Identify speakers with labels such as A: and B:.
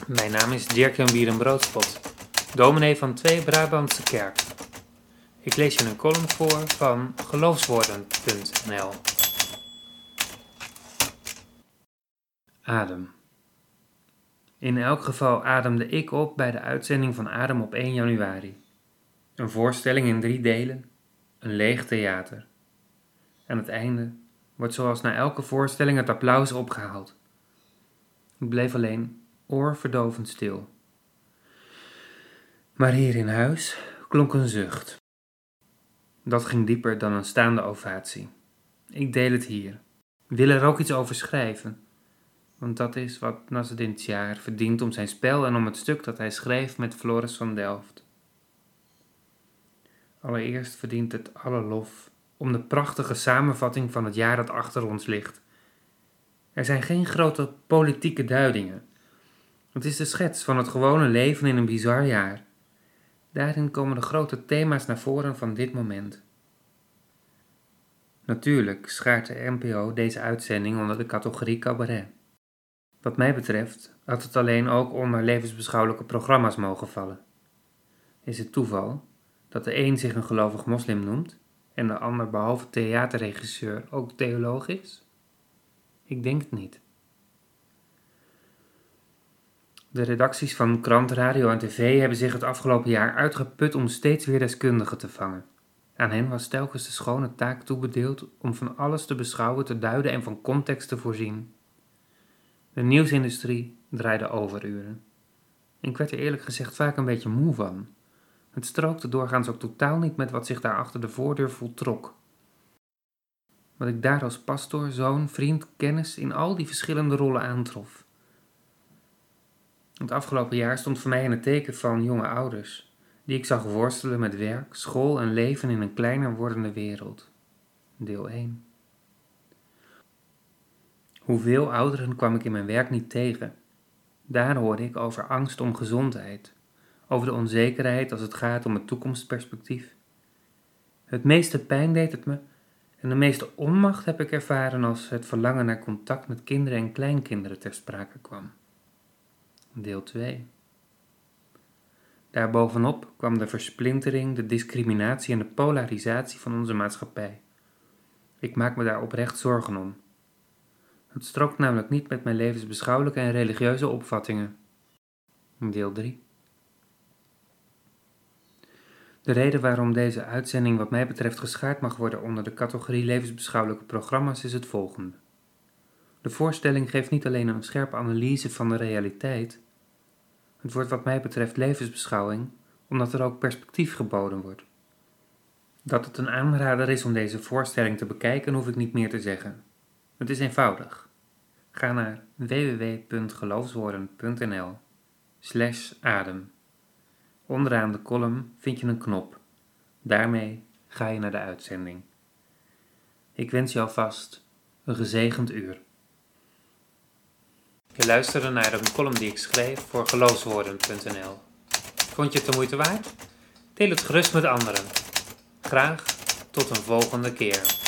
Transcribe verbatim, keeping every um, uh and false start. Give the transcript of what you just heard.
A: Mijn naam is Dirk-Jan Bierenbroodspot, dominee van Twee Brabantse Kerk. Ik lees je een column voor van geloofswoorden punt n l. Adem. In elk geval ademde ik op bij de uitzending van Adem op één januari. Een voorstelling in drie delen, een leeg theater. Aan het einde wordt zoals na elke voorstelling het applaus opgehaald. Ik bleef alleen oorverdovend stil. Maar hier in huis klonk een zucht. Dat ging dieper dan een staande ovatie. Ik deel het hier. Wil er ook iets over schrijven. Want dat is wat Nasreddin Tjaar verdient om zijn spel en om het stuk dat hij schreef met Floris van Delft. Allereerst verdient het alle lof om de prachtige samenvatting van het jaar dat achter ons ligt. Er zijn geen grote politieke duidingen. Het is de schets van het gewone leven in een bizar jaar. Daarin komen de grote thema's naar voren van dit moment. Natuurlijk schaart de N P O deze uitzending onder de categorie cabaret. Wat mij betreft had het alleen ook onder levensbeschouwelijke programma's mogen vallen. Is het toeval dat de een zich een gelovig moslim noemt en de ander behalve theaterregisseur ook theoloog is? Ik denk het niet. De redacties van krant, radio en tv hebben zich het afgelopen jaar uitgeput om steeds weer deskundigen te vangen. Aan hen was telkens de schone taak toebedeeld om van alles te beschouwen, te duiden en van context te voorzien. De nieuwsindustrie draaide overuren. Ik werd er eerlijk gezegd vaak een beetje moe van. Het strookte doorgaans ook totaal niet met wat zich daar achter de voordeur voltrok. Wat ik daar als pastoor, zoon, vriend, kennis in al die verschillende rollen aantrof. Het afgelopen jaar stond voor mij in het teken van jonge ouders, die ik zag worstelen met werk, school en leven in een kleiner wordende wereld. Deel één. Hoeveel ouderen kwam ik in mijn werk niet tegen? Daar hoorde ik over angst om gezondheid, over de onzekerheid als het gaat om het toekomstperspectief. Het meeste pijn deed het me en de meeste onmacht heb ik ervaren als het verlangen naar contact met kinderen en kleinkinderen ter sprake kwam. Deel twee. Daarbovenop kwam de versplintering, de discriminatie en de polarisatie van onze maatschappij. Ik maak me daar oprecht zorgen om. Het strookt namelijk niet met mijn levensbeschouwelijke en religieuze opvattingen. Deel drie. De reden waarom deze uitzending wat mij betreft geschaard mag worden onder de categorie levensbeschouwelijke programma's is het volgende. De voorstelling geeft niet alleen een scherpe analyse van de realiteit. Het wordt wat mij betreft levensbeschouwing, omdat er ook perspectief geboden wordt. Dat het een aanrader is om deze voorstelling te bekijken, hoef ik niet meer te zeggen. Het is eenvoudig. Ga naar w w w punt geloofswoorden punt n l slash adem. Onderaan de column vind je een knop. Daarmee ga je naar de uitzending. Ik wens je alvast een gezegend uur. Je luisterde naar een column die ik schreef voor geloofswoorden punt n l. Vond je het de moeite waard? Deel het gerust met anderen. Graag tot een volgende keer.